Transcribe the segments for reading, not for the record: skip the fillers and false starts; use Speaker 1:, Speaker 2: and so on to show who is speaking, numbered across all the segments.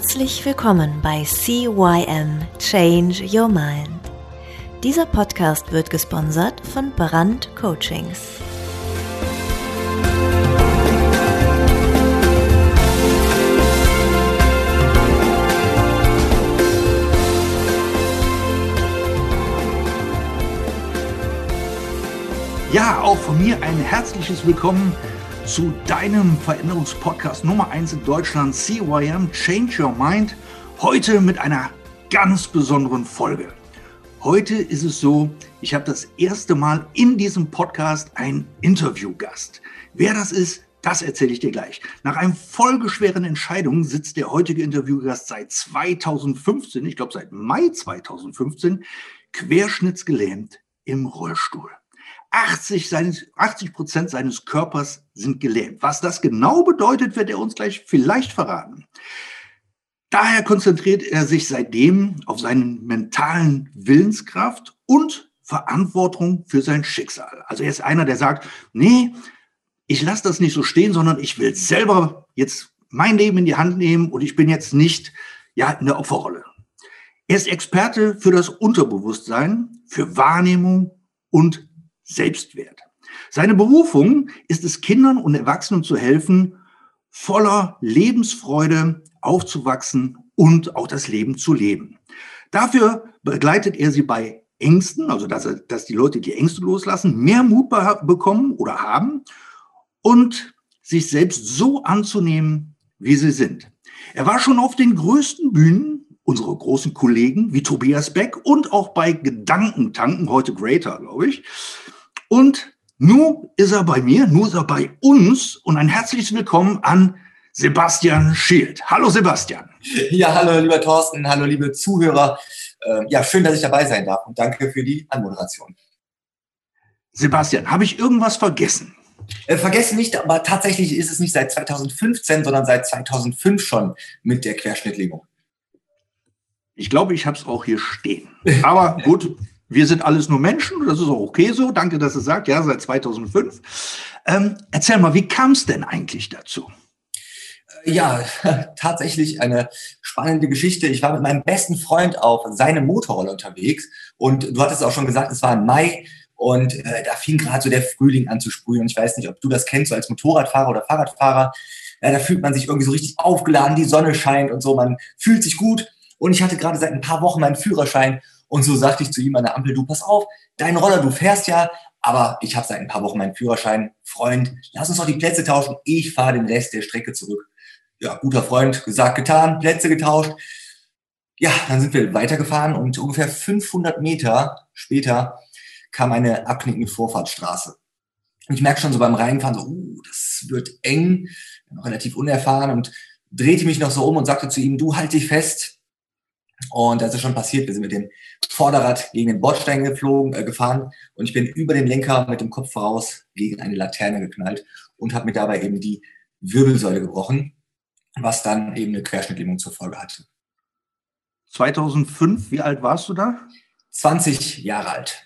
Speaker 1: Herzlich willkommen bei CYM Change Your Mind. Dieser Podcast wird gesponsert von Brand Coachings.
Speaker 2: Ja, auch von mir ein herzliches Willkommen zu deinem Veränderungspodcast Nummer 1 in Deutschland, CYM Change Your Mind. Heute mit einer ganz besonderen Folge. Heute ist es so, ich habe das erste Mal in diesem Podcast einen Interviewgast. Wer das ist, das erzähle ich dir gleich. Nach einer folgeschweren Entscheidung sitzt der heutige Interviewgast seit 2015, ich glaube seit Mai 2015, querschnittsgelähmt im Rollstuhl. 80% seines Körpers sind gelähmt. Was das genau bedeutet, wird er uns gleich vielleicht verraten. Daher konzentriert er sich seitdem auf seine mentalen Willenskraft und Verantwortung für sein Schicksal. Also er ist einer, der sagt, nee, ich lasse das nicht so stehen, sondern ich will selber jetzt mein Leben in die Hand nehmen und ich bin jetzt nicht in der Opferrolle. Er ist Experte für das Unterbewusstsein, für Wahrnehmung und Selbstwert. Seine Berufung ist es, Kindern und Erwachsenen zu helfen, voller Lebensfreude aufzuwachsen und auch das Leben zu leben. Dafür begleitet er sie bei Ängsten, also dass die Leute die Ängste loslassen, mehr Mut bekommen oder haben und sich selbst so anzunehmen, wie sie sind. Er war schon auf den größten Bühnen, unsere großen Kollegen wie Tobias Beck und auch bei Gedankentanken, heute Greater, glaube ich. Und nun ist er bei mir, nun ist er bei uns und ein herzliches Willkommen an Sebastian Schild. Hallo Sebastian.
Speaker 3: Ja, hallo lieber Thorsten, hallo liebe Zuhörer. Schön, dass ich dabei sein darf und danke für die Anmoderation.
Speaker 2: Sebastian, habe ich irgendwas vergessen?
Speaker 3: Vergessen nicht, aber tatsächlich ist es nicht seit 2015, sondern seit 2005 schon mit der Querschnittlähmung.
Speaker 2: Ich glaube, ich habe es auch hier stehen. Aber gut, wir sind alles nur Menschen, das ist auch okay so. Danke, dass du sagst, ja, seit 2005. Erzähl mal, wie kam es denn eigentlich dazu?
Speaker 3: Ja, tatsächlich eine spannende Geschichte. Ich war mit meinem besten Freund auf seinem Motorroller unterwegs und du hattest auch schon gesagt, es war im Mai und da fing gerade so der Frühling an zu sprühen. Und ich weiß nicht, ob du das kennst, so als Motorradfahrer oder Fahrradfahrer. Ja, da fühlt man sich irgendwie so richtig aufgeladen, die Sonne scheint und so, man fühlt sich gut. Und ich hatte gerade seit ein paar Wochen meinen Führerschein und so sagte ich zu ihm an der Ampel, du pass auf, dein Roller, du fährst ja, aber ich habe seit ein paar Wochen meinen Führerschein. Freund, lass uns doch die Plätze tauschen, ich fahre den Rest der Strecke zurück. Ja, guter Freund, gesagt, getan, Plätze getauscht. Ja, dann sind wir weitergefahren und ungefähr 500 Meter später kam eine abknickende Vorfahrtsstraße. Und ich merke schon so beim Reinfahren so, das wird eng, noch relativ unerfahren und drehte mich noch so um und sagte zu ihm, du halt dich fest. Und das ist schon passiert. Wir sind mit dem Vorderrad gegen den Bordstein gefahren und ich bin über den Lenker mit dem Kopf voraus gegen eine Laterne geknallt und habe mir dabei eben die Wirbelsäule gebrochen, was dann eben eine Querschnittlähmung zur Folge hatte.
Speaker 2: 2005, wie alt warst du da?
Speaker 3: 20 Jahre alt.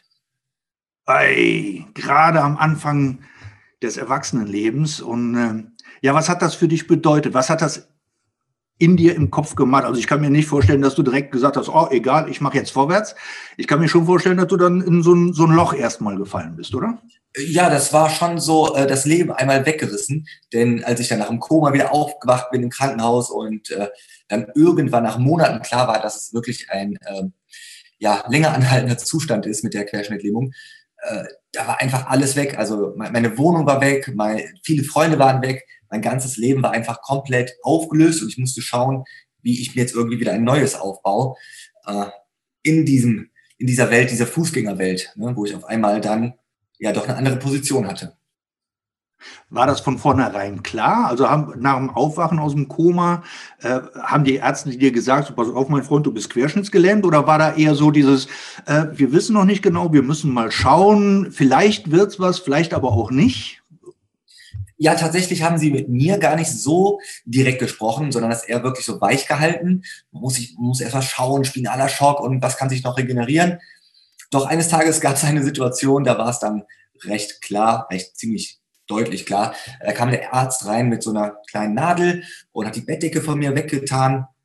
Speaker 2: Gerade am Anfang des Erwachsenenlebens. Und was hat das für dich bedeutet? Was hat das in dir im Kopf gemacht? Also ich kann mir nicht vorstellen, dass du direkt gesagt hast, oh egal, ich mache jetzt vorwärts. Ich kann mir schon vorstellen, dass du dann in so ein Loch erstmal gefallen bist, oder?
Speaker 3: Ja, das war schon so das Leben einmal weggerissen. Denn als ich dann nach dem Koma wieder aufgewacht bin im Krankenhaus und dann irgendwann nach Monaten klar war, dass es wirklich ein länger anhaltender Zustand ist mit der Querschnittlähmung, da war einfach alles weg. Also meine Wohnung war weg, viele Freunde waren weg, mein ganzes Leben war einfach komplett aufgelöst und ich musste schauen, wie ich mir jetzt irgendwie wieder ein neues aufbaue in dieser Welt, dieser Fußgängerwelt, ne, wo ich auf einmal dann doch eine andere Position hatte.
Speaker 2: War das von vornherein klar? Also nach dem Aufwachen aus dem Koma, haben die Ärzte dir gesagt, so, pass auf, mein Freund, du bist querschnittsgelähmt? Oder war da eher so dieses, wir wissen noch nicht genau, wir müssen mal schauen, vielleicht wird's was, vielleicht aber auch nicht?
Speaker 3: Ja, tatsächlich haben sie mit mir gar nicht so direkt gesprochen, sondern das eher wirklich so weich gehalten. Man muss erst mal schauen, spinaler Schock und was kann sich noch regenerieren. Doch eines Tages gab es eine Situation, da war es dann ziemlich deutlich klar. Da kam der Arzt rein mit so einer kleinen Nadel und hat die Bettdecke von mir weggetan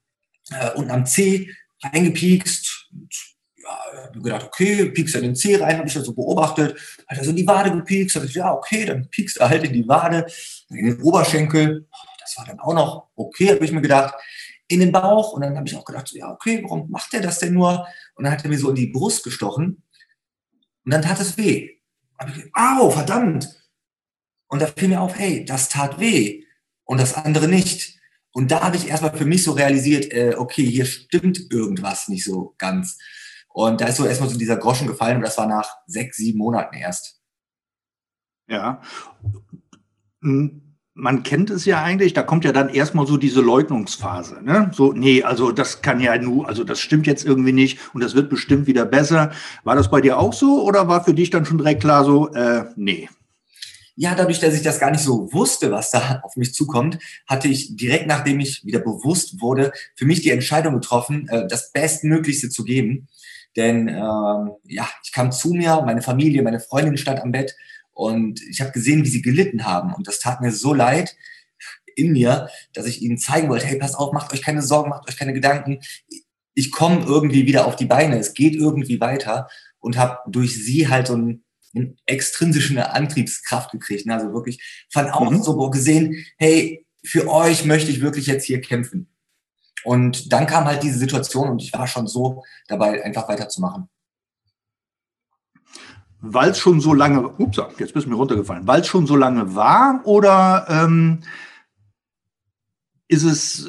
Speaker 3: unten am Zeh reingepiekst. Und, ja, hab mir gedacht, okay, piekst er in den Zeh rein, habe ich das so beobachtet. Hat er so in die Wade gepiekst, habe ich gesagt, ja, okay, dann piekst er halt in die Wade, in den Oberschenkel. Das war dann auch noch okay, habe ich mir gedacht. In den Bauch. Und dann habe ich auch gedacht, so, ja, okay, warum macht er das denn nur? Und dann hat er mir so in die Brust gestochen. Und dann tat es weh. Hab ich gedacht, au, verdammt. Und da fiel mir auf, hey, das tat weh. Und das andere nicht. Und da habe ich erstmal für mich so realisiert, okay, hier stimmt irgendwas nicht so ganz. Und da ist so erstmal so dieser Groschen gefallen und das war nach 6, 7 Monaten erst.
Speaker 2: Ja. Man kennt es ja eigentlich, da kommt ja dann erstmal so diese Leugnungsphase, ne? So, nee, also das kann ja nur, also das stimmt jetzt irgendwie nicht und das wird bestimmt wieder besser. War das bei dir auch so oder war für dich dann schon direkt klar so, nee?
Speaker 3: Ja, dadurch, dass ich das gar nicht so wusste, was da auf mich zukommt, hatte ich direkt, nachdem ich wieder bewusst wurde, für mich die Entscheidung getroffen, das Bestmöglichste zu geben. Denn ja, ich kam zu mir, meine Familie, meine Freundin stand am Bett und ich habe gesehen, wie sie gelitten haben. Und das tat mir so leid in mir, dass ich ihnen zeigen wollte, hey, passt auf, macht euch keine Sorgen, macht euch keine Gedanken. Ich komme irgendwie wieder auf die Beine, es geht irgendwie weiter und habe durch sie halt so eine extrinsische Antriebskraft gekriegt. Ne? Also wirklich von außen so gesehen, hey, für euch möchte ich wirklich jetzt hier kämpfen. Und dann kam halt diese Situation und ich war schon so dabei, einfach weiterzumachen.
Speaker 2: Weil es schon so lange, jetzt bist du mir runtergefallen, weil es schon so lange war oder ist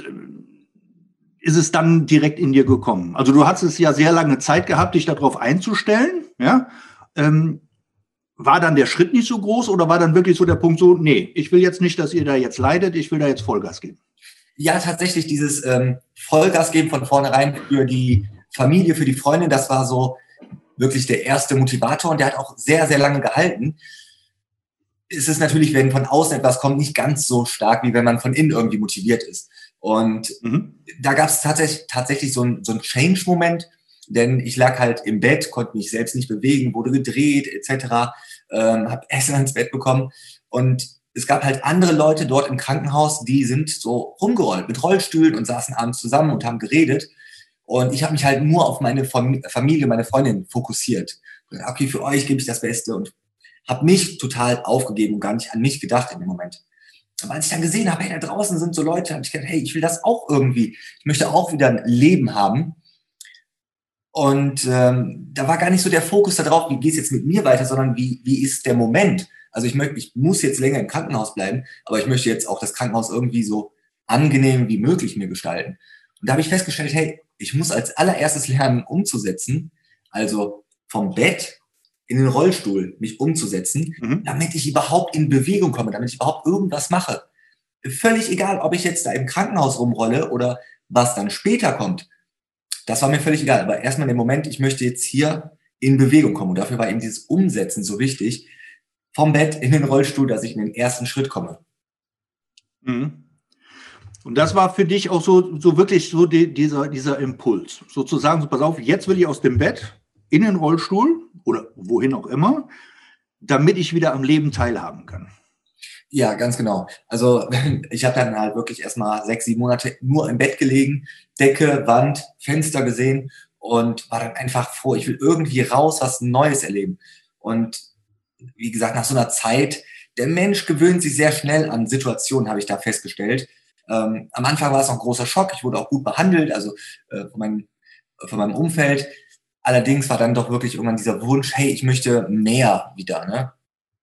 Speaker 2: es dann direkt in dir gekommen? Also du hattest ja sehr lange Zeit gehabt, dich darauf einzustellen, ja? War dann der Schritt nicht so groß oder war dann wirklich so der Punkt so, nee, ich will jetzt nicht, dass ihr da jetzt leidet, ich will da jetzt Vollgas geben?
Speaker 3: Ja, tatsächlich dieses Vollgas geben von vornherein für die Familie, für die Freundin, das war so wirklich der erste Motivator und der hat auch sehr, sehr lange gehalten. Es ist natürlich, wenn von außen etwas kommt, nicht ganz so stark, wie wenn man von innen irgendwie motiviert ist. Und da gab es tatsächlich so ein Change-Moment, denn ich lag halt im Bett, konnte mich selbst nicht bewegen, wurde gedreht etc., habe Essen ins Bett bekommen und es gab halt andere Leute dort im Krankenhaus, die sind so rumgerollt mit Rollstühlen und saßen abends zusammen und haben geredet. Und ich habe mich halt nur auf meine Familie, meine Freundin fokussiert. Okay, für euch gebe ich das Beste und habe mich total aufgegeben und gar nicht an mich gedacht in dem Moment. Aber als ich dann gesehen habe, hey, da draußen sind so Leute, habe ich gedacht, hey, ich will das auch irgendwie. Ich möchte auch wieder ein Leben haben. Und da war gar nicht so der Fokus darauf, wie geht es jetzt mit mir weiter, sondern wie ist der Moment? Also ich muss jetzt länger im Krankenhaus bleiben, aber ich möchte jetzt auch das Krankenhaus irgendwie so angenehm wie möglich mir gestalten. Und da habe ich festgestellt, hey, ich muss als allererstes lernen, umzusetzen, also vom Bett in den Rollstuhl mich umzusetzen, damit ich überhaupt in Bewegung komme, damit ich überhaupt irgendwas mache. Völlig egal, ob ich jetzt da im Krankenhaus rumrolle oder was dann später kommt. Das war mir völlig egal. Aber erstmal in dem Moment, ich möchte jetzt hier in Bewegung kommen. Und dafür war eben dieses Umsetzen so wichtig. Vom Bett in den Rollstuhl, dass ich in den ersten Schritt komme.
Speaker 2: Und das war für dich auch so wirklich so dieser Impuls. Sozusagen, so pass auf, jetzt will ich aus dem Bett in den Rollstuhl oder wohin auch immer, damit ich wieder am Leben teilhaben kann.
Speaker 3: Ja, ganz genau. Also ich habe dann halt wirklich erstmal 6, 7 Monate nur im Bett gelegen, Decke, Wand, Fenster gesehen und war dann einfach froh, ich will irgendwie raus, was Neues erleben. Und wie gesagt, nach so einer Zeit, der Mensch gewöhnt sich sehr schnell an Situationen, habe ich da festgestellt. Am Anfang war es noch ein großer Schock, ich wurde auch gut behandelt, also von meinem Umfeld. Allerdings war dann doch wirklich irgendwann dieser Wunsch, hey, ich möchte mehr wieder, ne?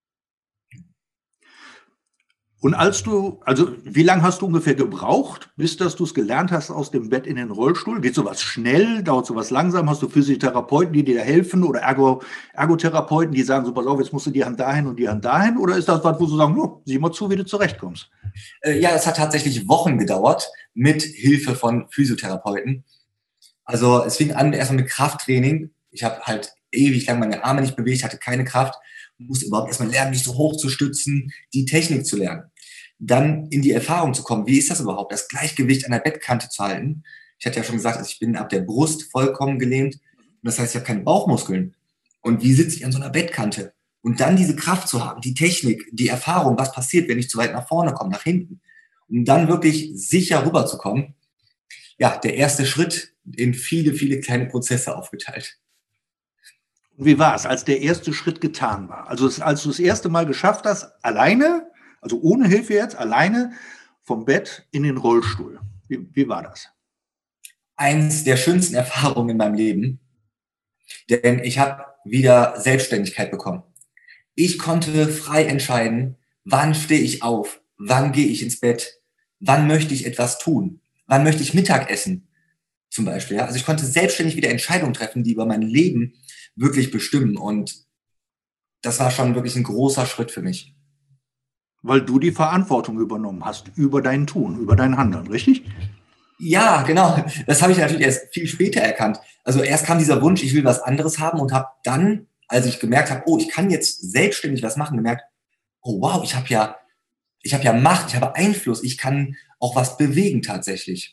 Speaker 2: Und wie lange hast du ungefähr gebraucht, bis dass du es gelernt hast, aus dem Bett in den Rollstuhl? Geht sowas schnell? Dauert sowas langsam? Hast du Physiotherapeuten, die dir helfen oder Ergotherapeuten, die sagen, so pass auf, jetzt musst du die Hand dahin und die Hand dahin? Oder ist das was, wo du sagen, sieh mal zu, wie du zurechtkommst?
Speaker 3: Ja, es hat tatsächlich Wochen gedauert mit Hilfe von Physiotherapeuten. Also es fing an erstmal mit Krafttraining. Ich habe halt ewig lang meine Arme nicht bewegt, hatte keine Kraft. Musste überhaupt erstmal lernen, mich so hoch zu stützen, die Technik zu lernen. Dann in die Erfahrung zu kommen, wie ist das überhaupt, das Gleichgewicht an der Bettkante zu halten. Ich hatte ja schon gesagt, also ich bin ab der Brust vollkommen gelähmt. Und das heißt, ich habe keine Bauchmuskeln. Und wie sitze ich an so einer Bettkante? Und dann diese Kraft zu haben, die Technik, die Erfahrung, was passiert, wenn ich zu weit nach vorne komme, nach hinten. Um dann wirklich sicher rüberzukommen. ja, der erste Schritt in viele, viele kleine Prozesse aufgeteilt.
Speaker 2: Wie war es, als der erste Schritt getan war? Also als du das erste Mal geschafft hast, alleine, also ohne Hilfe jetzt, alleine vom Bett in den Rollstuhl. Wie war das?
Speaker 3: Eins der schönsten Erfahrungen in meinem Leben, denn ich habe wieder Selbstständigkeit bekommen. Ich konnte frei entscheiden, wann stehe ich auf, wann gehe ich ins Bett, wann möchte ich etwas tun, wann möchte ich Mittag essen, zum Beispiel. Ja? Also ich konnte selbstständig wieder Entscheidungen treffen, die über mein Leben wirklich bestimmen. Und das war schon wirklich ein großer Schritt für mich.
Speaker 2: Weil du die Verantwortung übernommen hast über dein Tun, über dein Handeln, richtig?
Speaker 3: Ja, genau. Das habe ich natürlich erst viel später erkannt. Also erst kam dieser Wunsch, ich will was anderes haben und habe dann, als ich gemerkt habe, oh, ich kann jetzt selbstständig was machen, gemerkt, oh wow, ich habe ja Macht, ich habe Einfluss, ich kann auch was bewegen tatsächlich.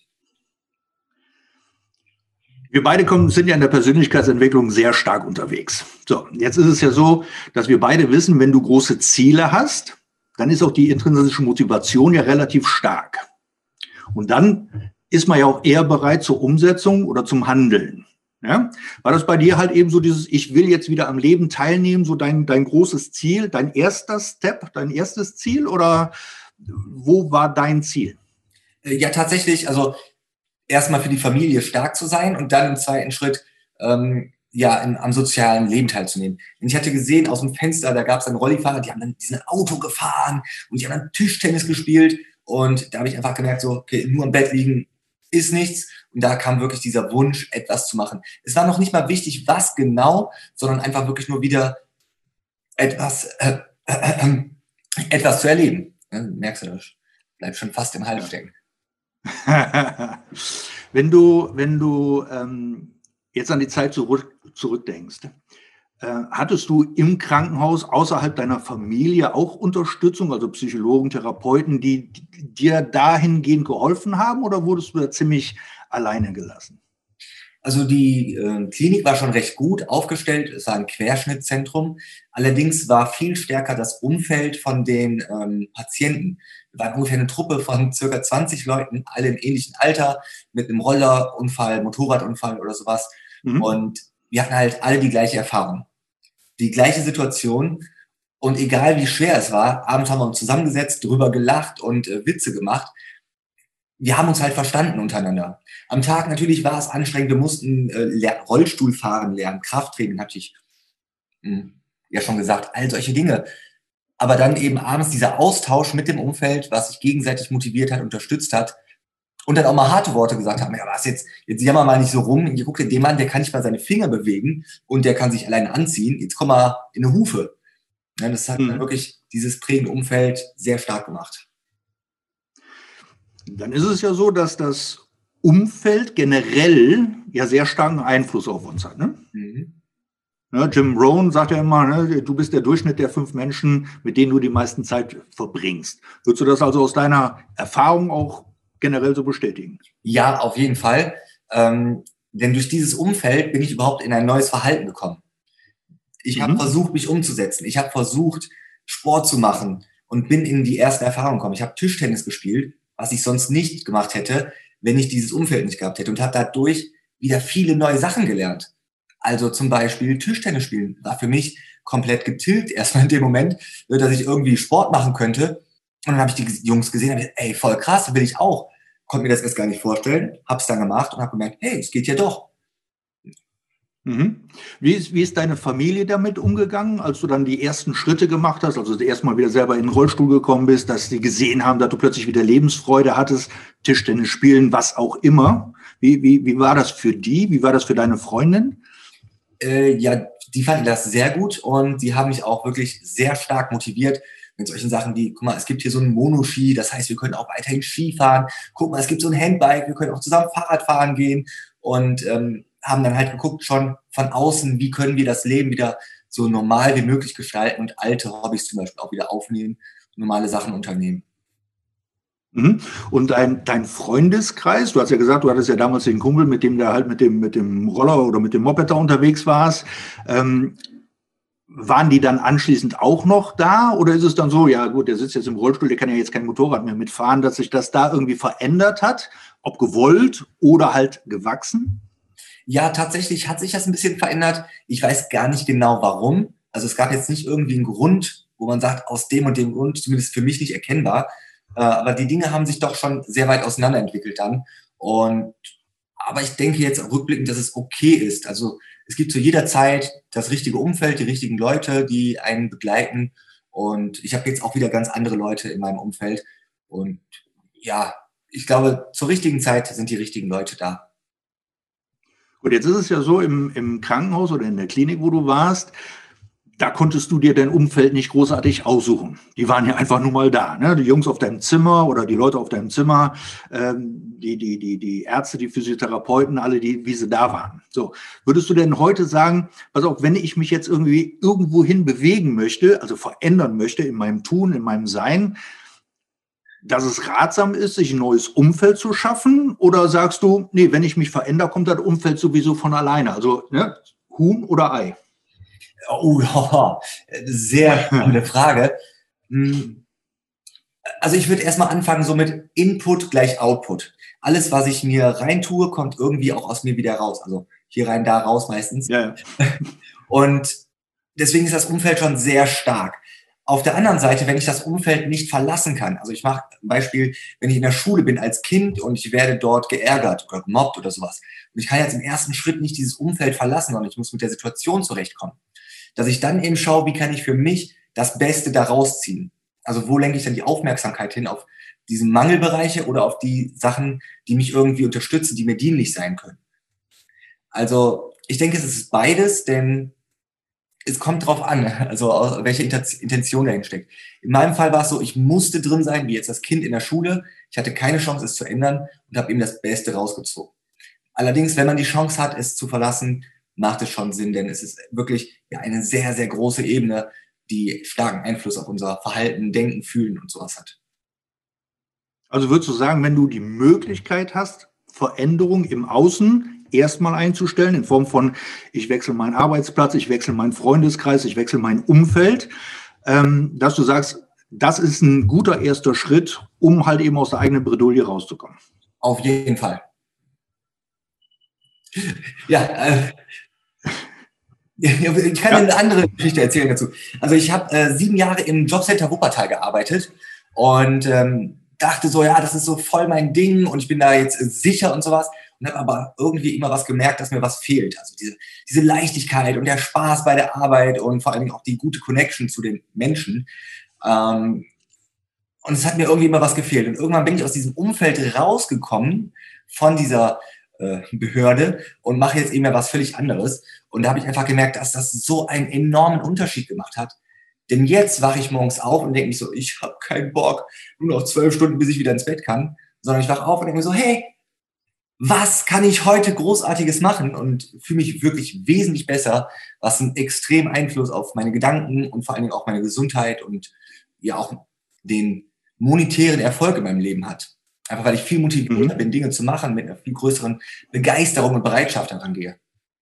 Speaker 2: Wir beide sind ja in der Persönlichkeitsentwicklung sehr stark unterwegs. So, jetzt ist es ja so, dass wir beide wissen, wenn du große Ziele hast, dann ist auch die intrinsische Motivation ja relativ stark. Und dann ist man ja auch eher bereit zur Umsetzung oder zum Handeln. Ja? War das bei dir halt eben so dieses, ich will jetzt wieder am Leben teilnehmen, so dein großes Ziel, dein erster Step, dein erstes Ziel, oder wo war dein Ziel?
Speaker 3: Ja, tatsächlich, also erstmal für die Familie stark zu sein und dann im zweiten Schritt am sozialen Leben teilzunehmen. Und ich hatte gesehen aus dem Fenster, da gab es dann Rollifahrer, die sind Auto gefahren und die haben dann Tischtennis gespielt. Und da habe ich einfach gemerkt, so, okay, nur im Bett liegen ist nichts. Und da kam wirklich dieser Wunsch, etwas zu machen. Es war noch nicht mal wichtig, was genau, sondern einfach wirklich nur wieder etwas zu erleben. Ja, merkst du, das bleibt schon fast im Hals stecken.
Speaker 2: Wenn du jetzt an die Zeit zurückdenkst, hattest du im Krankenhaus außerhalb deiner Familie auch Unterstützung, also Psychologen, Therapeuten, die dir dahingehend geholfen haben, oder wurdest du da ziemlich alleine gelassen?
Speaker 3: Also die Klinik war schon recht gut aufgestellt, es war ein Querschnittszentrum. Allerdings war viel stärker das Umfeld von den Patienten. Wir waren ungefähr eine Truppe von circa 20 Leuten, alle im ähnlichen Alter, mit einem Rollerunfall, Motorradunfall oder sowas. Mhm. Und wir hatten halt alle die gleiche Erfahrung, die gleiche Situation. Und egal wie schwer es war, abends haben wir uns zusammengesetzt, drüber gelacht und Witze gemacht. Wir haben uns halt verstanden untereinander. Am Tag natürlich war es anstrengend, wir mussten Rollstuhl fahren lernen, Krafttraining, hatte ich ja schon gesagt, all solche Dinge. Aber dann eben abends dieser Austausch mit dem Umfeld, was sich gegenseitig motiviert hat, unterstützt hat und dann auch mal harte Worte gesagt hat, ja, was jetzt jammer mal nicht so rum, ich gucke den Mann, der kann nicht mal seine Finger bewegen und der kann sich alleine anziehen, jetzt komm mal in eine Hufe. Ja, das hat dann wirklich dieses prägende Umfeld sehr stark gemacht.
Speaker 2: Dann ist es ja so, dass das Umfeld generell ja sehr starken Einfluss auf uns hat. Ne? Mhm. Ja, Jim Rohn sagt ja immer, ne, du bist der Durchschnitt der 5 Menschen, mit denen du die meisten Zeit verbringst. Würdest du das also aus deiner Erfahrung auch generell so bestätigen?
Speaker 3: Ja, auf jeden Fall. Denn durch dieses Umfeld bin ich überhaupt in ein neues Verhalten gekommen. Ich habe versucht, mich umzusetzen. Ich habe versucht, Sport zu machen und bin in die ersten Erfahrungen gekommen. Ich habe Tischtennis gespielt, was ich sonst nicht gemacht hätte, wenn ich dieses Umfeld nicht gehabt hätte, und habe dadurch wieder viele neue Sachen gelernt. Also zum Beispiel Tischtennis spielen war für mich komplett getilgt erstmal in dem Moment, dass ich irgendwie Sport machen könnte. Und dann habe ich die Jungs gesehen und habe gesagt, ey, voll krass, will ich auch. Konnte mir das erst gar nicht vorstellen, habe es dann gemacht und habe gemerkt, hey, es geht ja doch.
Speaker 2: Mhm. Wie ist deine Familie damit umgegangen, als du dann die ersten Schritte gemacht hast, also erstmal wieder selber in den Rollstuhl gekommen bist, dass sie gesehen haben, dass du plötzlich wieder Lebensfreude hattest, Tischtennis spielen, was auch immer. Wie war das für die? Wie war das für deine Freundin?
Speaker 3: Ja, die fanden das sehr gut und die haben mich auch wirklich sehr stark motiviert mit solchen Sachen wie, guck mal, es gibt hier so einen Monoski, das heißt, wir können auch weiterhin Ski fahren. Guck mal, es gibt so ein Handbike, wir können auch zusammen Fahrrad fahren gehen und haben dann halt geguckt schon von außen, wie können wir das Leben wieder so normal wie möglich gestalten und alte Hobbys zum Beispiel auch wieder aufnehmen, normale Sachen unternehmen.
Speaker 2: Und dein Freundeskreis, du hast ja gesagt, du hattest ja damals den Kumpel, mit dem du halt mit dem Roller oder mit dem Moped da unterwegs warst. Waren die dann anschließend auch noch da oder ist es dann so, ja gut, der sitzt jetzt im Rollstuhl, der kann ja jetzt kein Motorrad mehr mitfahren, dass sich das da irgendwie verändert hat, ob gewollt oder halt gewachsen?
Speaker 3: Ja, tatsächlich hat sich das ein bisschen verändert. Ich weiß gar nicht genau warum. Also es gab jetzt nicht irgendwie einen Grund, wo man sagt, aus dem und dem Grund, zumindest für mich nicht erkennbar. Aber die Dinge haben sich doch schon sehr weit auseinanderentwickelt dann. Aber ich denke jetzt rückblickend, dass es okay ist. Also es gibt zu jeder Zeit das richtige Umfeld, die richtigen Leute, die einen begleiten. Und ich habe jetzt auch wieder ganz andere Leute in meinem Umfeld. Und ja, ich glaube, zur richtigen Zeit sind die richtigen Leute da.
Speaker 2: Gut, jetzt ist es ja so, im Krankenhaus oder in der Klinik, wo du warst, da konntest du dir dein Umfeld nicht großartig aussuchen. Die waren ja einfach nur mal da, ne? Die Jungs auf deinem Zimmer oder die Leute auf deinem Zimmer, die Ärzte, die Physiotherapeuten, alle, wie sie da waren. So, würdest du denn heute sagen, pass auf, wenn ich mich jetzt irgendwie irgendwohin bewegen möchte, also verändern möchte in meinem Tun, in meinem Sein, dass es ratsam ist, sich ein neues Umfeld zu schaffen? Oder sagst du, nee, wenn ich mich verändere, kommt das Umfeld sowieso von alleine? Also, ne, Huhn oder Ei?
Speaker 3: Oh, sehr spannende Frage. Also ich würde erstmal anfangen so mit Input gleich Output. Alles, was ich mir reintue, kommt irgendwie auch aus mir wieder raus. Also hier rein, da raus meistens.
Speaker 2: Ja.
Speaker 3: Und deswegen ist das Umfeld schon sehr stark. Auf der anderen Seite, wenn ich das Umfeld nicht verlassen kann, also ich mache ein Beispiel, wenn ich in der Schule bin als Kind und ich werde dort geärgert oder gemobbt oder sowas. Und ich kann jetzt im ersten Schritt nicht dieses Umfeld verlassen, sondern ich muss mit der Situation zurechtkommen. Dass ich dann eben schaue, wie kann ich für mich das Beste daraus ziehen. Also wo lenke ich dann die Aufmerksamkeit hin? Auf diese Mangelbereiche oder auf die Sachen, die mich irgendwie unterstützen, die mir dienlich sein können? Also ich denke, es ist beides, denn es kommt drauf an, also welche Intention dahin steckt. In meinem Fall war es so, ich musste drin sein, wie jetzt das Kind in der Schule. Ich hatte keine Chance, es zu ändern und habe eben das Beste rausgezogen. Allerdings, wenn man die Chance hat, es zu verlassen, macht es schon Sinn, denn es ist wirklich ja, eine sehr, sehr große Ebene, die starken Einfluss auf unser Verhalten, Denken, Fühlen und sowas hat.
Speaker 2: Also würdest du sagen, wenn du die Möglichkeit hast, Veränderung im Außen erstmal einzustellen, in Form von, ich wechsle meinen Arbeitsplatz, ich wechsle meinen Freundeskreis, ich wechsle mein Umfeld, dass du sagst, das ist ein guter erster Schritt, um halt eben aus der eigenen Bredouille rauszukommen?
Speaker 3: Auf jeden Fall. Ja, ich kann eine andere Geschichte erzählen dazu. Also ich habe 7 Jahre im Jobcenter Wuppertal gearbeitet und dachte so, ja, das ist so voll mein Ding und ich bin da jetzt sicher und sowas und habe aber irgendwie immer was gemerkt, dass mir was fehlt. Also diese Leichtigkeit und der Spaß bei der Arbeit und vor allen Dingen auch die gute Connection zu den Menschen. Und es hat mir irgendwie immer was gefehlt. Und irgendwann bin ich aus diesem Umfeld rausgekommen von dieser Behörde und mache jetzt eben was völlig anderes. Und da habe ich einfach gemerkt, dass das so einen enormen Unterschied gemacht hat. Denn jetzt wache ich morgens auf und denke mich so, ich habe keinen Bock, nur noch 12 Stunden, bis ich wieder ins Bett kann. Sondern ich wache auf und denke mir so, hey, was kann ich heute Großartiges machen? Und fühle mich wirklich wesentlich besser, was einen extremen Einfluss auf meine Gedanken und vor allen Dingen auch meine Gesundheit und ja auch den monetären Erfolg in meinem Leben hat. Einfach weil ich viel motivierter bin, Dinge zu machen, mit einer viel größeren Begeisterung und Bereitschaft daran gehe.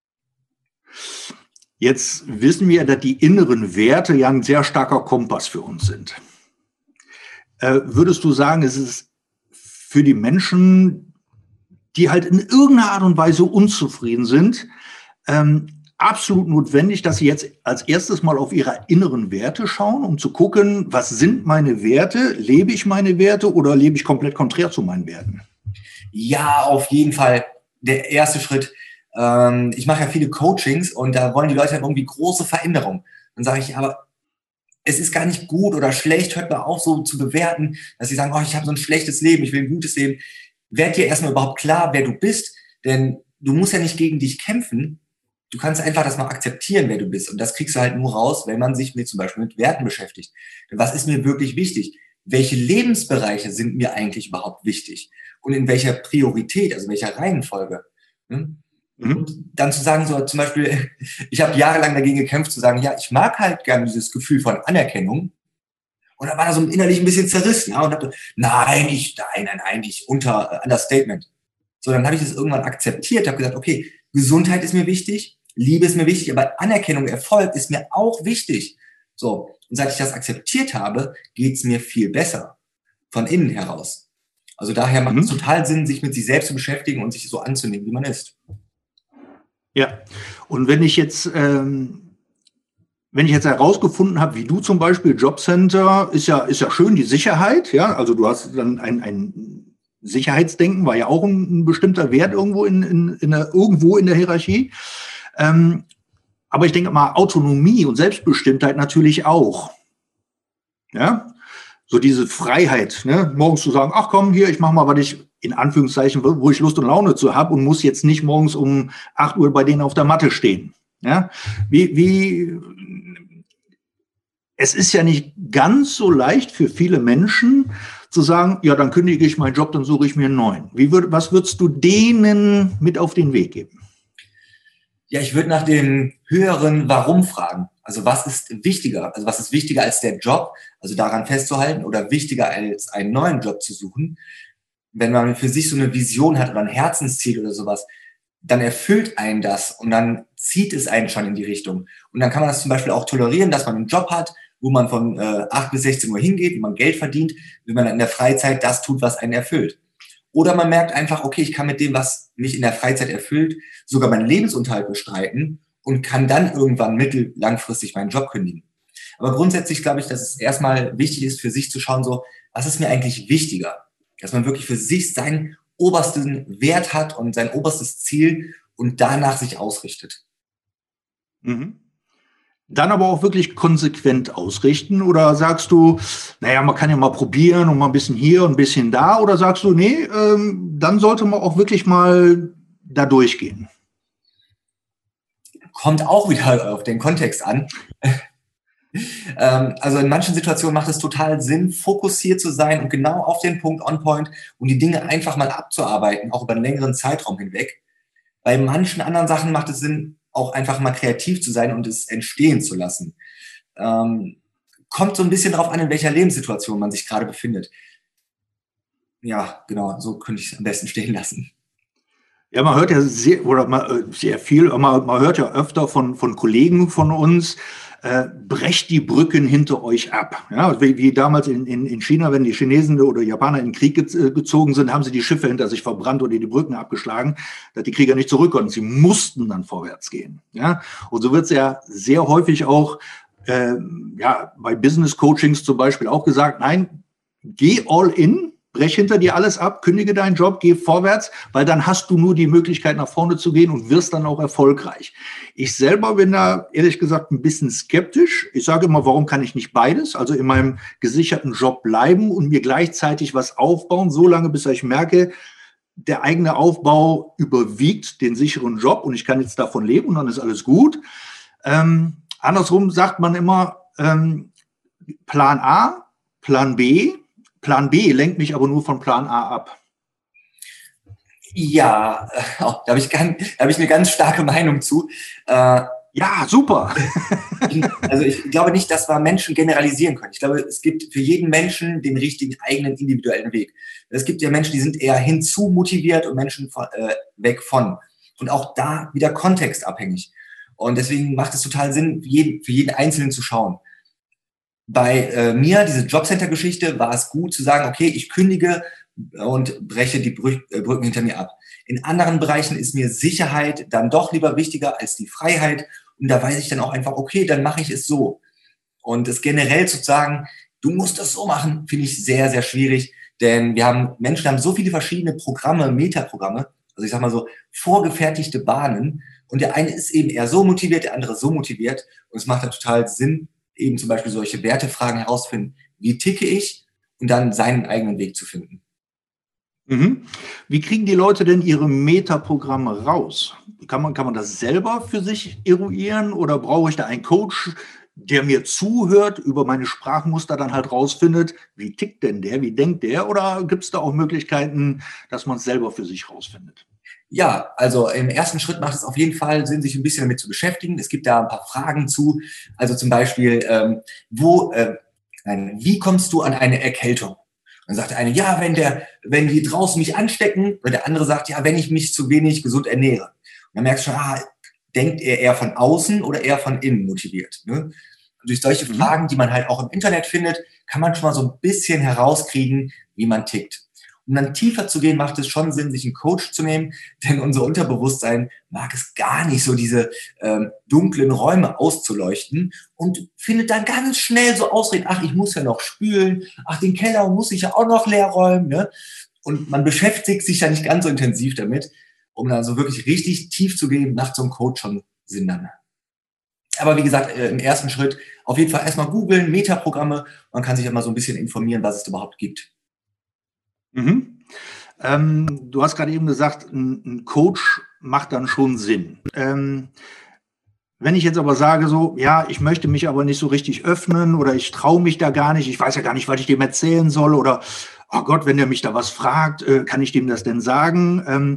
Speaker 2: Jetzt wissen wir, dass die inneren Werte ja ein sehr starker Kompass für uns sind. Würdest du sagen, es ist für die Menschen, die halt in irgendeiner Art und Weise unzufrieden sind, absolut notwendig, dass sie jetzt als erstes mal auf ihre inneren Werte schauen, um zu gucken, was sind meine Werte? Lebe ich meine Werte oder lebe ich komplett konträr zu meinen Werten?
Speaker 3: Ja, auf jeden Fall der erste Schritt. Ich mache ja viele Coachings und da wollen die Leute halt irgendwie große Veränderungen. Dann sage ich, aber es ist gar nicht gut oder schlecht, hört mal auf so zu bewerten, dass sie sagen, oh, ich habe so ein schlechtes Leben, ich will ein gutes Leben. Werd dir erstmal überhaupt klar, wer du bist, denn du musst ja nicht gegen dich kämpfen. Du kannst einfach das mal akzeptieren, wer du bist. Und das kriegst du halt nur raus, wenn man sich zum Beispiel mit Werten beschäftigt. Denn was ist mir wirklich wichtig? Welche Lebensbereiche sind mir eigentlich überhaupt wichtig? Und in welcher Priorität, also welcher Reihenfolge? Und dann zu sagen, so zum Beispiel, ich habe jahrelang dagegen gekämpft, zu sagen, ja, ich mag halt gerne dieses Gefühl von Anerkennung. Und dann war da so innerlich ein bisschen zerrissen, ja, und dachte, nein, ich Understatement. So, dann habe ich das irgendwann akzeptiert, habe gesagt, okay, Gesundheit ist mir wichtig, Liebe ist mir wichtig, aber Anerkennung, Erfolg ist mir auch wichtig. So, und seit ich das akzeptiert habe, geht's mir viel besser. Von innen heraus. Also daher macht es total Sinn, sich mit sich selbst zu beschäftigen und sich so anzunehmen, wie man ist.
Speaker 2: Ja, und wenn ich jetzt herausgefunden habe, wie du zum Beispiel, Jobcenter, ist ja schön die Sicherheit, ja, also du hast dann ein Sicherheitsdenken, war ja auch ein bestimmter Wert irgendwo irgendwo in der Hierarchie. Aber ich denke mal, Autonomie und Selbstbestimmtheit natürlich auch. Ja, so diese Freiheit, ne? Morgens zu sagen, ach komm, hier, ich mache mal, was ich, in Anführungszeichen, wo ich Lust und Laune zu habe und muss jetzt nicht morgens um 8 Uhr bei denen auf der Matte stehen. Ja, es ist ja nicht ganz so leicht für viele Menschen zu sagen, ja, dann kündige ich meinen Job, dann suche ich mir einen neuen. Was würdest du denen mit auf den Weg geben?
Speaker 3: Ja, ich würde nach dem höheren Warum fragen. Also was ist wichtiger? Also was ist wichtiger als der Job? Also daran festzuhalten oder wichtiger als einen neuen Job zu suchen? Wenn man für sich so eine Vision hat oder ein Herzensziel oder sowas, dann erfüllt einen das und dann zieht es einen schon in die Richtung. Und dann kann man das zum Beispiel auch tolerieren, dass man einen Job hat, wo man von 8 bis 16 Uhr hingeht, wo man Geld verdient, wenn man in der Freizeit das tut, was einen erfüllt. Oder man merkt einfach, okay, ich kann mit dem, was mich in der Freizeit erfüllt, sogar meinen Lebensunterhalt bestreiten und kann dann irgendwann langfristig meinen Job kündigen. Aber grundsätzlich glaube ich, dass es erstmal wichtig ist, für sich zu schauen, so, was ist mir eigentlich wichtiger? Dass man wirklich für sich seinen obersten Wert hat und sein oberstes Ziel und danach sich ausrichtet.
Speaker 2: Mhm. Dann aber auch wirklich konsequent ausrichten, oder sagst du, naja, man kann ja mal probieren und mal ein bisschen hier und ein bisschen da, oder sagst du, nee, dann sollte man auch wirklich mal da durchgehen?
Speaker 3: Kommt auch wieder auf den Kontext an. Also in manchen Situationen macht es total Sinn, fokussiert zu sein und genau auf den Punkt on point und die Dinge einfach mal abzuarbeiten, auch über einen längeren Zeitraum hinweg. Bei manchen anderen Sachen macht es Sinn, auch einfach mal kreativ zu sein und es entstehen zu lassen. Kommt so ein bisschen darauf an, in welcher Lebenssituation man sich gerade befindet. Ja, genau, so könnte ich es am besten stehen lassen.
Speaker 2: Ja, man hört ja sehr viel, man hört ja öfter von Kollegen von uns, brecht die Brücken hinter euch ab. Ja, wie damals in China, wenn die Chinesen oder Japaner in den Krieg gezogen sind, haben sie die Schiffe hinter sich verbrannt oder die Brücken abgeschlagen, dass die Krieger nicht zurück konnten. Sie mussten dann vorwärts gehen. Ja, und so wird es ja sehr häufig auch bei Business Coachings zum Beispiel auch gesagt, nein, geh all in. Brech hinter dir alles ab, kündige deinen Job, geh vorwärts, weil dann hast du nur die Möglichkeit, nach vorne zu gehen und wirst dann auch erfolgreich. Ich selber bin da, ehrlich gesagt, ein bisschen skeptisch. Ich sage immer, warum kann ich nicht beides? Also in meinem gesicherten Job bleiben und mir gleichzeitig was aufbauen, so lange, bis ich merke, der eigene Aufbau überwiegt den sicheren Job und ich kann jetzt davon leben und dann ist alles gut. Andersrum sagt man immer, Plan A, Plan B. Plan B lenkt mich aber nur von Plan A ab.
Speaker 3: Ja, da habe ich eine ganz starke Meinung zu.
Speaker 2: Ja, super.
Speaker 3: Also ich glaube nicht, dass wir Menschen generalisieren können. Ich glaube, es gibt für jeden Menschen den richtigen eigenen individuellen Weg. Es gibt ja Menschen, die sind eher hinzu motiviert und Menschen weg von. Und auch da wieder kontextabhängig. Und deswegen macht es total Sinn, für jeden Einzelnen zu schauen. Bei mir, diese Jobcenter-Geschichte, war es gut zu sagen, okay, ich kündige und breche die Brücken hinter mir ab. In anderen Bereichen ist mir Sicherheit dann doch lieber wichtiger als die Freiheit. Und da weiß ich dann auch einfach, okay, dann mache ich es so. Und es generell zu sagen, du musst das so machen, finde ich sehr, sehr schwierig. Denn Menschen haben so viele verschiedene Programme, Metaprogramme, also ich sag mal so vorgefertigte Bahnen. Und der eine ist eben eher so motiviert, der andere so motiviert. Und es macht dann total Sinn, eben zum Beispiel solche Wertefragen herausfinden, wie ticke ich und dann seinen eigenen Weg zu finden.
Speaker 2: Mhm. Wie kriegen die Leute denn ihre Metaprogramme raus? Kann man das selber für sich eruieren oder brauche ich da einen Coach, der mir zuhört, über meine Sprachmuster dann halt rausfindet, wie tickt denn der, wie denkt der, oder gibt es da auch Möglichkeiten, dass man es selber für sich rausfindet?
Speaker 3: Ja, also im ersten Schritt macht es auf jeden Fall Sinn, sich ein bisschen damit zu beschäftigen. Es gibt da ein paar Fragen zu. Also zum Beispiel, wie kommst du an eine Erkältung? Dann sagt der eine, ja, wenn die draußen mich anstecken. Und der andere sagt, ja, wenn ich mich zu wenig gesund ernähre. Und dann merkst du schon, denkt er eher von außen oder eher von innen motiviert? Ne? Durch solche Fragen, die man halt auch im Internet findet, kann man schon mal so ein bisschen herauskriegen, wie man tickt. Um dann tiefer zu gehen, macht es schon Sinn, sich einen Coach zu nehmen, denn unser Unterbewusstsein mag es gar nicht, so diese dunklen Räume auszuleuchten und findet dann ganz schnell so Ausreden, ach, ich muss ja noch spülen, ach, den Keller muss ich ja auch noch leer räumen. Ne? Und man beschäftigt sich ja nicht ganz so intensiv damit, um dann so wirklich richtig tief zu gehen, macht so ein Coach schon Sinn dann. Aber wie gesagt, im ersten Schritt auf jeden Fall erstmal googeln, Metaprogramme, man kann sich ja mal so ein bisschen informieren, was es überhaupt gibt.
Speaker 2: Mhm. Du hast gerade eben gesagt, ein Coach macht dann schon Sinn. Wenn ich jetzt aber sage so, ja, ich möchte mich aber nicht so richtig öffnen oder ich traue mich da gar nicht, ich weiß ja gar nicht, was ich dem erzählen soll oder, oh Gott, wenn der mich da was fragt, kann ich dem das denn sagen?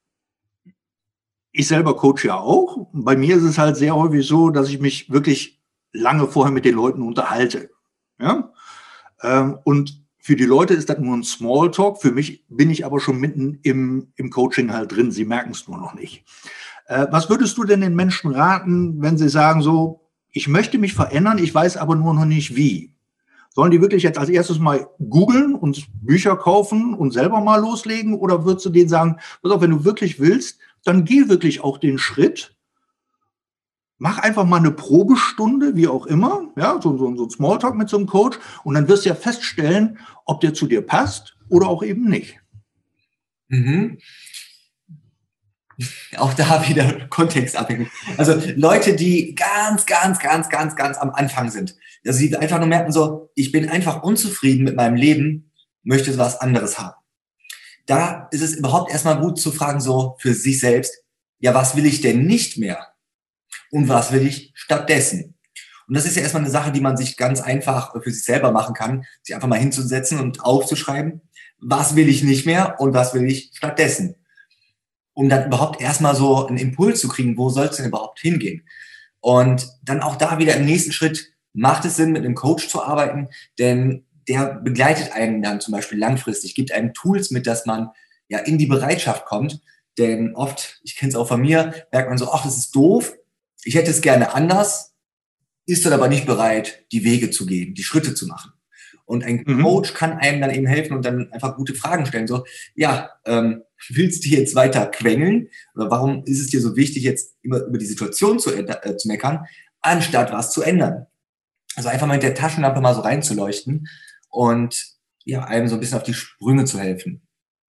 Speaker 2: Ich selber coache ja auch. Bei mir ist es halt sehr häufig so, dass ich mich wirklich lange vorher mit den Leuten unterhalte. Ja? Und für die Leute ist das nur ein Smalltalk. Für mich bin ich aber schon mitten im Coaching halt drin. Sie merken es nur noch nicht. Was würdest du denn den Menschen raten, wenn sie sagen so, ich möchte mich verändern, ich weiß aber nur noch nicht wie? Sollen die wirklich jetzt als erstes mal googeln und Bücher kaufen und selber mal loslegen? Oder würdest du denen sagen, pass auf, wenn du wirklich willst, dann geh wirklich auch den Schritt. Mach einfach mal eine Probestunde, wie auch immer, ja, so ein Smalltalk mit so einem Coach und dann wirst du ja feststellen, ob der zu dir passt oder auch eben nicht.
Speaker 3: Mhm. Auch da wieder kontextabhängig. Also Leute, die ganz am Anfang sind, dass sie einfach nur merken so, ich bin einfach unzufrieden mit meinem Leben, möchte was anderes haben. Da ist es überhaupt erstmal gut zu fragen so für sich selbst, ja, was will ich denn nicht mehr? Und was will ich stattdessen? Und das ist ja erstmal eine Sache, die man sich ganz einfach für sich selber machen kann, sich einfach mal hinzusetzen und aufzuschreiben, was will ich nicht mehr und was will ich stattdessen? Um dann überhaupt erstmal so einen Impuls zu kriegen, wo soll es denn überhaupt hingehen? Und dann auch da wieder im nächsten Schritt macht es Sinn, mit einem Coach zu arbeiten, denn der begleitet einen dann zum Beispiel langfristig, gibt einem Tools mit, dass man ja in die Bereitschaft kommt. Denn oft, ich kenne es auch von mir, merkt man so, ach, das ist doof, ich hätte es gerne anders, ist dann aber nicht bereit, die Wege zu gehen, die Schritte zu machen. Und ein Coach kann einem dann eben helfen und dann einfach gute Fragen stellen. So, ja, willst du jetzt weiter quengeln? Oder warum ist es dir so wichtig, jetzt immer über die Situation zu meckern, anstatt was zu ändern? Also einfach mal mit der Taschenlampe mal so reinzuleuchten und ja, einem so ein bisschen auf die Sprünge zu helfen.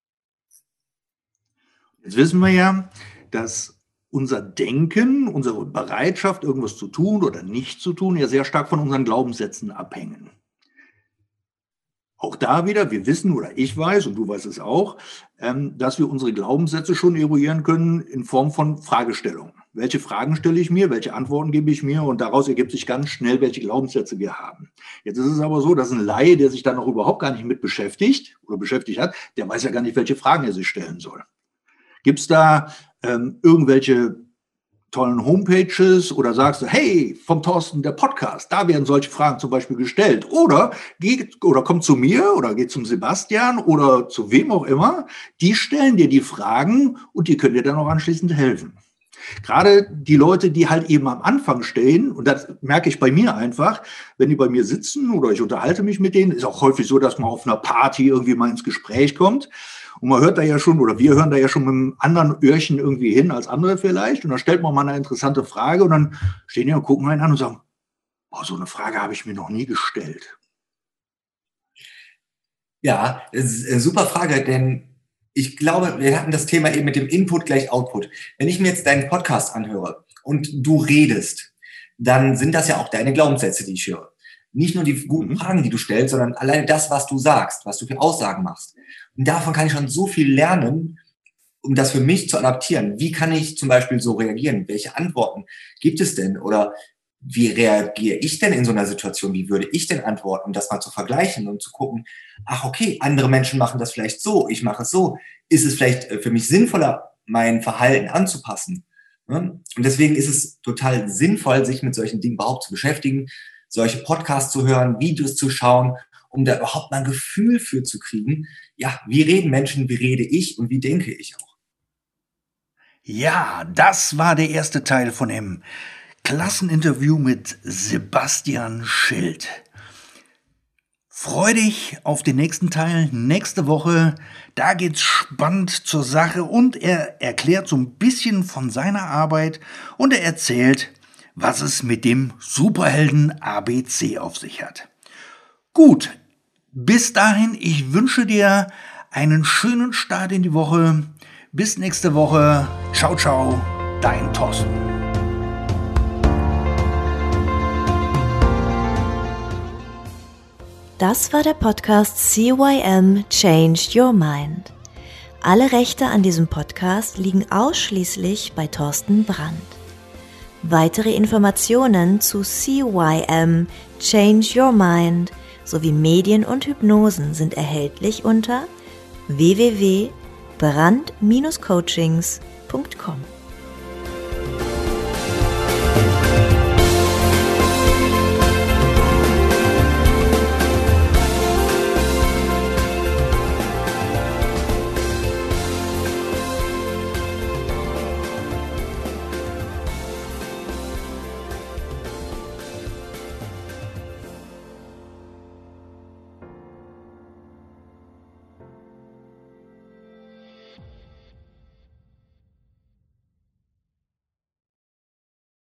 Speaker 2: Jetzt wissen wir ja, dass unser Denken, unsere Bereitschaft, irgendwas zu tun oder nicht zu tun, ja sehr stark von unseren Glaubenssätzen abhängen. Auch da wieder, wir wissen oder ich weiß und du weißt es auch, dass wir unsere Glaubenssätze schon eruieren können in Form von Fragestellungen. Welche Fragen stelle ich mir, welche Antworten gebe ich mir und daraus ergibt sich ganz schnell, welche Glaubenssätze wir haben. Jetzt ist es aber so, dass ein Laie, der sich da noch überhaupt gar nicht mit beschäftigt oder beschäftigt hat, der weiß ja gar nicht, welche Fragen er sich stellen soll. Gibt es da irgendwelche tollen Homepages oder sagst du, hey, vom Thorsten, der Podcast, da werden solche Fragen zum Beispiel gestellt. Oder komm zu mir oder geh zum Sebastian oder zu wem auch immer. Die stellen dir die Fragen und die können dir dann auch anschließend helfen. Gerade die Leute, die halt eben am Anfang stehen, und das merke ich bei mir einfach, wenn die bei mir sitzen oder ich unterhalte mich mit denen, ist auch häufig so, dass man auf einer Party irgendwie mal ins Gespräch kommt. Und man hört da ja schon, oder wir hören da ja schon mit einem anderen Öhrchen irgendwie hin als andere vielleicht. Und dann stellt man mal eine interessante Frage und dann stehen die und gucken einen an und sagen, oh, so eine Frage habe ich mir noch nie gestellt.
Speaker 3: Ja, das ist eine super Frage, denn ich glaube, wir hatten das Thema eben mit dem Input gleich Output. Wenn ich mir jetzt deinen Podcast anhöre und du redest, dann sind das ja auch deine Glaubenssätze, die ich höre. Nicht nur die guten Fragen, die du stellst, sondern alleine das, was du sagst, was du für Aussagen machst. Und davon kann ich schon so viel lernen, um das für mich zu adaptieren. Wie kann ich zum Beispiel so reagieren? Welche Antworten gibt es denn? Oder wie reagiere ich denn in so einer Situation? Wie würde ich denn antworten? Um das mal zu vergleichen und zu gucken, ach okay, andere Menschen machen das vielleicht so, ich mache es so. Ist es vielleicht für mich sinnvoller, mein Verhalten anzupassen? Und deswegen ist es total sinnvoll, sich mit solchen Dingen überhaupt zu beschäftigen, solche Podcasts zu hören, Videos zu schauen, um da überhaupt mal ein Gefühl für zu kriegen, ja, wie reden Menschen, wie rede ich und wie denke ich auch.
Speaker 2: Ja, das war der erste Teil von dem Klasseninterview mit Sebastian Schild. Freu dich auf den nächsten Teil nächste Woche. Da geht's spannend zur Sache und er erklärt so ein bisschen von seiner Arbeit und er erzählt, was es mit dem Superhelden ABC auf sich hat. Gut, bis dahin, ich wünsche dir einen schönen Start in die Woche. Bis nächste Woche. Ciao, ciao, dein Thorsten.
Speaker 1: Das war der Podcast CYM Change Your Mind. Alle Rechte an diesem Podcast liegen ausschließlich bei Thorsten Brandt. Weitere Informationen zu CYM Change Your Mind sowie Medien und Hypnosen sind erhältlich unter www.brandt-coachings.com.